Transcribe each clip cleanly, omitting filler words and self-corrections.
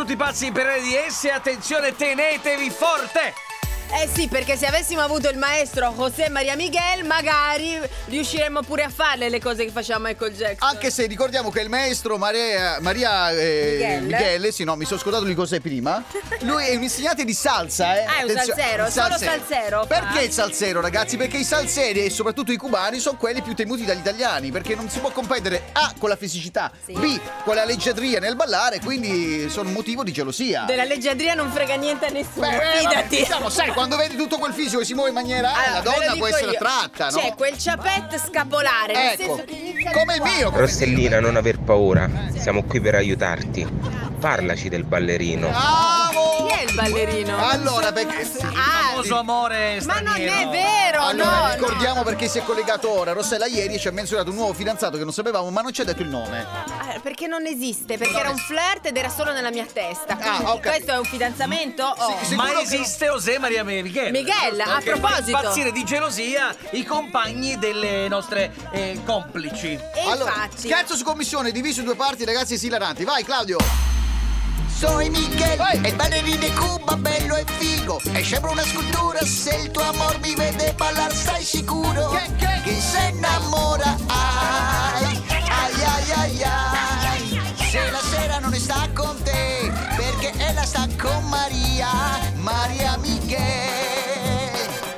tutti pazzi per RDS, attenzione, tenetevi forte! Eh sì, perché se avessimo avuto il maestro José María Miguel, magari riusciremmo pure a farle le cose che faceva Michael Jackson. Anche se ricordiamo che il maestro Maria Miguel, sì, no, mi sono scordato di cos'è prima. Lui è un insegnante di salsa, Ah, è un salsero, solo salsero. Perché il salsero, ragazzi? Perché i salseri, e soprattutto i cubani, sono quelli più temuti dagli italiani, perché non si può competere A con la fisicità, sì, B con la leggiadria nel ballare, quindi sono un motivo di gelosia. Della leggiadria non frega niente a nessuno, fidati. Diciamo, sai, quando vedi tutto quel fisico che si muove in maniera la donna può essere attratta, no? C'è quel ciapette scapolare, ecco, come il mio. Rossellina, non aver paura, siamo qui per aiutarti. Parlaci del ballerino. Bravo! Chi è il ballerino? Allora, perché il famoso amore straniero. Ma non è vero, allora, no, ricordiamo no. Perché si è collegato ora. Rossella ieri ci ha menzionato un nuovo fidanzato che non sapevamo, ma non ci ha detto il nome. Perché non esiste, perché era un flirt ed era solo nella mia testa. Okay. Questo è un fidanzamento? Oh. Sì, ma esiste José María Miguel. Miguel, a proposito. Fa impazzire di gelosia i compagni delle nostre complici. E allora, infatti. scherzo su commissione, diviso in due parti, ragazzi, esilaranti. Vai, Claudio. Soy Miguel, el bailarín de Cuba, bello e figo. E sembra una scultura, se il tuo amor mi vede ballar, stai sicuro che se innamora. Ai, ai, ai, ai, ai. Se la sera non sta con te, perché ella sta con Maria Miguel.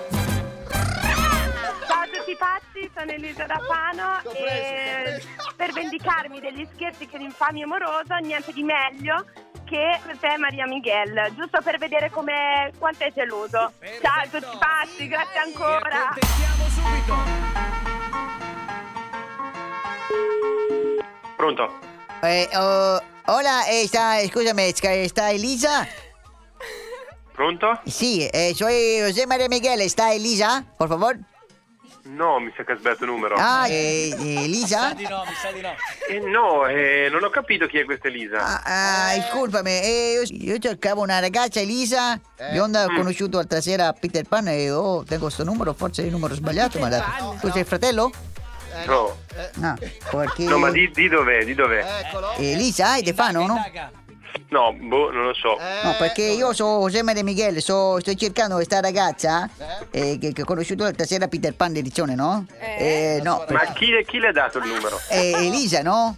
Ciao a tutti pazzi, sono Elisa da Fano e per vendicarmi degli scherzi che l'infamia amorosa, niente di meglio che per te Maria Miguel, giusto per vedere quanto è geloso. Ciao a tutti pazzi, grazie ancora. Contettiamo subito. Pronto? Hola, scusami, sta Elisa? Pronto? Sì, soy José María Miguel, ¿está Elisa, por favor? No, mi sa che ha sbagliato il numero. Elisa? Mi sa di no. Non ho capito chi è questa Elisa. Disculpami, io cercavo una ragazza Elisa, bionda, ho conosciuto l'altra sera a Peter Pan e tengo questo numero, forse è il numero sbagliato, ma tu sei il fratello? No. No, perché... No, ma di dov'è? Eccolo. Elisa, è De Fano, no? No, non lo so. No, perché io sono José María Miguel, sto cercando questa ragazza che ho conosciuto l'altra sera a Peter Pan d'edizione, no? No, Ma chi le ha dato il numero? Elisa, no?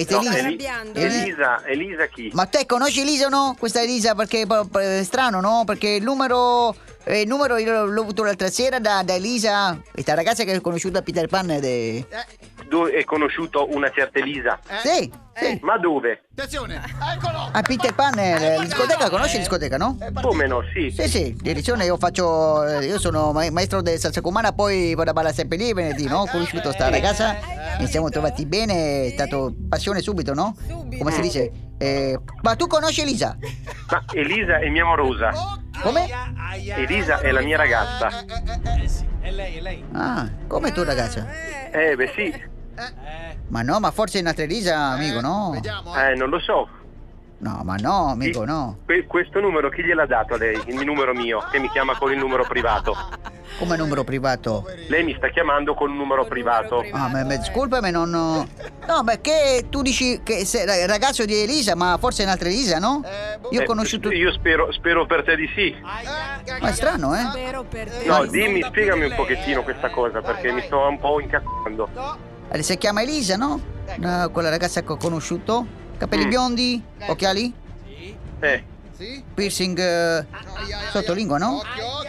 Elisa chi? Ma te conosci Elisa o no? Questa Elisa, perché è strano, no? Perché il numero io l'ho avuto l'altra sera da Elisa, questa ragazza che ho conosciuto a Peter Pan. Dove hai conosciuto una certa Elisa? Sì. Ma dove? Attenzione, eccolo. A Peter Pan, la discoteca, conosci la discoteca, no? Come no? Sì. Sì, direzione io sono maestro di salsa cubana, poi vado a ballare sempre lì venerdì, no? Ho conosciuto sta ragazza, ci siamo trovati bene, è stato passione subito, no? Come si dice? Ma tu conosci Elisa? Ma Elisa è mia morosa. Come? Elisa è la mia ragazza. Sì, è lei. Ah, come tu ragazza? Beh sì. Ma no, ma forse è un'altra Elisa, amico, no? Vediamo. Non lo so. No, ma no, amico, no. Questo numero chi gliel'ha dato a lei? Il numero mio, che mi chiama con il numero privato. Come numero privato? Lei mi sta chiamando con un numero privato. Ah, ma disculpami, non... No, perché tu dici che sei il ragazzo di Elisa, ma forse è un'altra Elisa, no? Io ho conosciuto... Io spero per te di sì. Ma è strano, Spero per te. No, spiegami un pochettino questa cosa, perché mi sto un po' incazzando. Si chiama Elisa, no? Quella ragazza che ho conosciuto? Capelli biondi? Occhiali? Sì? Piercing sottolingua, no? Occhio.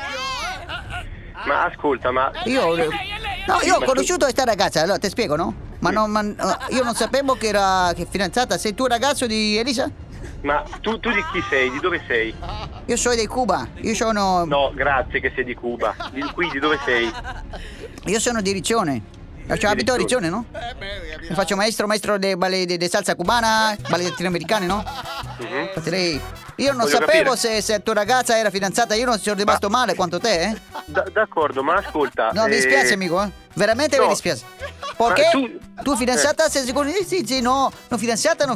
Ma ascolta, Io ho conosciuto questa ragazza, allora ti spiego, no? Io non sapevo che era fidanzata. Sei tu ragazzo di Elisa? Ma tu di chi sei? Di dove sei? Io sono di Cuba. Io sono... No, grazie che sei di Cuba. Di dove sei? Io sono di Riccione. Cioè, abito a Riccione, no? Mi faccio maestro di salsa cubana, balli latinoamericani, no? Infatti lei... Io non Voglio sapevo capire. se tua ragazza era fidanzata, io non sono rimasto male quanto te, eh? D'accordo, ma ascolta. No, mi dispiace, amico, eh? Veramente mi dispiace. Perché? Tu fidanzata? Sei sicuro? Sì, no, non fidanzata.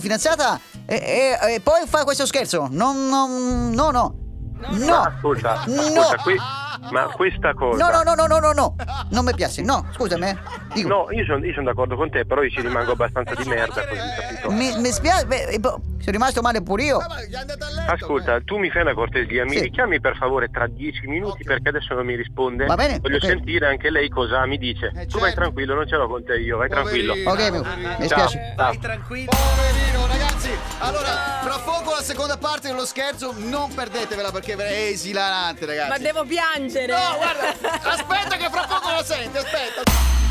E poi fa questo scherzo. No. Ma ascolta, Ma questa cosa... No, non mi piace, no, scusami. Dico. No, io sono d'accordo con te, però io ci rimango abbastanza di merda così, capito? Mi spiace, sono rimasto male pure io. Ascolta, tu mi fai una cortesia, mi Sì. richiami per favore tra 10 minuti perché adesso non mi risponde. Va bene, Voglio ok. sentire anche lei cosa mi dice. Tu vai certo. tranquillo, non ce l'ho con te io, vai tranquillo. Ok, mi spiace. Ciao. Vai tranquillo. Poverino, ragazzi. Allora, fra poco la seconda parte dello scherzo, non perdetevela perché è esilarante, ragazzi. Ma devo piangere. No, guarda, aspetta che fra poco lo senti, aspetta.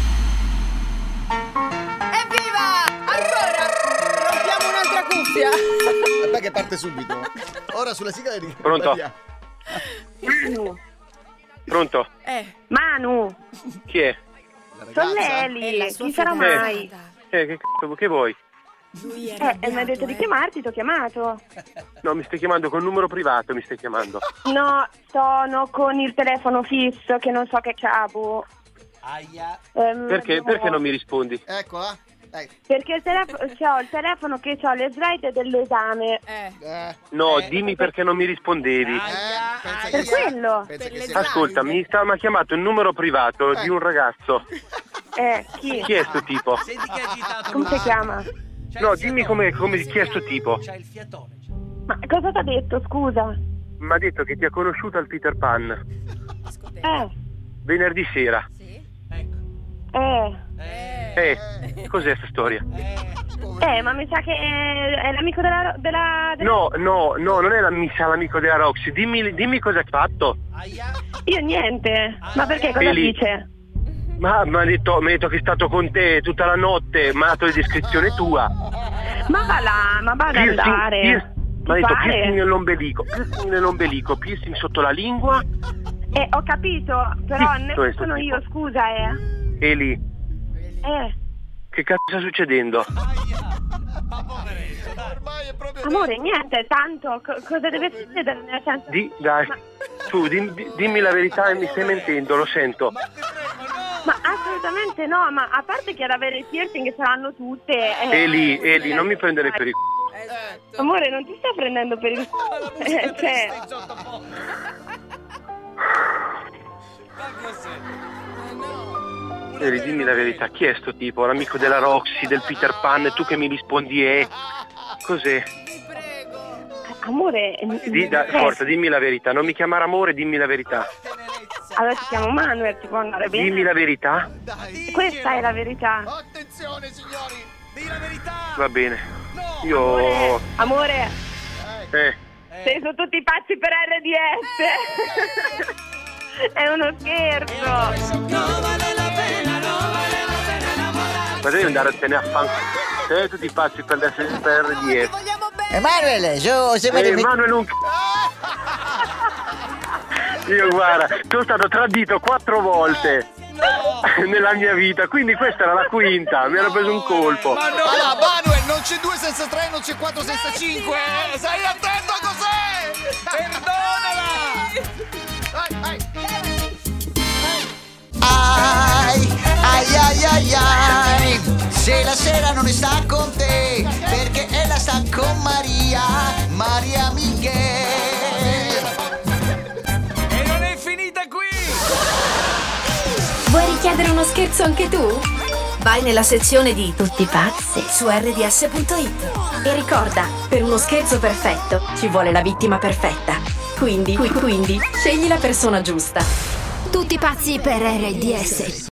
Evviva! Ancora! Rompiamo un'altra cuffia. Aspetta che parte subito. Ora sulla sigla di Pronto? Manu, Pronto? Manu, Chi è? sono È Leli, la sua chi sarà fidanzata. mai? Che cazzo, che vuoi? Lui è Mi hai arrabbiato, detto di chiamarti, ti ho chiamato. No, mi stai chiamando con numero privato, mi stai chiamando. No, sono con il telefono fisso che non so che cavo. Aia. Perché non mi rispondi? Eccola. Dai. Perché c'ho il telefono che ho le slide dell'esame. No, dimmi perché non mi rispondevi. Pensa Per che sia- quello. pensa Per che le sia- Ascolta, mi ha chiamato il numero privato di un ragazzo. Chi? Chi è sto tipo? Senti che è agitato. Come si chiama? C'ha No, il dimmi fiatone. chi è sto tipo. C'ha il fiatone. Ma cosa ti ha detto, scusa? Mi ha detto che ti ha conosciuto al Peter Pan venerdì sera. Ecco. Cos'è sta storia? Ma mi sa che è l'amico della... No, non è l'amico della Roxy. Dimmi cosa hai fatto. Aia. Io niente. Ma perché cosa Eli. dice? Ma mi ha detto che è stato con te tutta la notte, mi ha dato la descrizione tua. Ma va là, ma va ad andare. Mi ha detto Pare? piercing nell'ombelico, piercing sotto la lingua. Ho capito, però Sì, ne dove sto sono tipo? io, scusa, Eli, che cazzo sta succedendo? Ormai è proprio Amore, niente, tanto, cosa deve succedere? Nel senso... Dai, tu dimmi la verità e mi stai mentendo, lo sento. Ma assolutamente no, ma a parte che ad avere il piercing saranno tutte... Eli, non mi prendere per il Esatto. Amore, non ti stai prendendo per il... cioè... Eli, dimmi la verità, chi è sto tipo? L'amico della Roxy, del Peter Pan, e tu che mi rispondi cos'è? Amore... Forza, dimmi la verità, non mi chiamare amore, dimmi la verità. Allora ti chiamo Manuel, ti può andare bene? Dimmi la verità. Questa è la verità. Attenzione, signori. Dì la verità. Va bene. Io... Amore, sei su tutti i pazzi per RDS. È uno scherzo. Ma devi andare a tenere a fanculo. Te tutti pazzi per RDS. Emanuele, io sempre Emanuele non... Io guarda, sono stato tradito 4 volte nella mia vita, quindi questa era la quinta, mi ero preso un colpo. Ma no, allora, Manuel, non c'è 2 senza 3, non c'è 4 senza 5. Stai attento a cos'è! Perdonala! Ai, se la sera non sta con te, perché ella sta con Maria Miguel. E non è finita qui. Vuoi richiedere uno scherzo anche tu? Vai nella sezione di Tutti pazzi su rds.it e ricorda, per uno scherzo perfetto ci vuole la vittima perfetta. Quindi scegli la persona giusta. Tutti pazzi per RDS.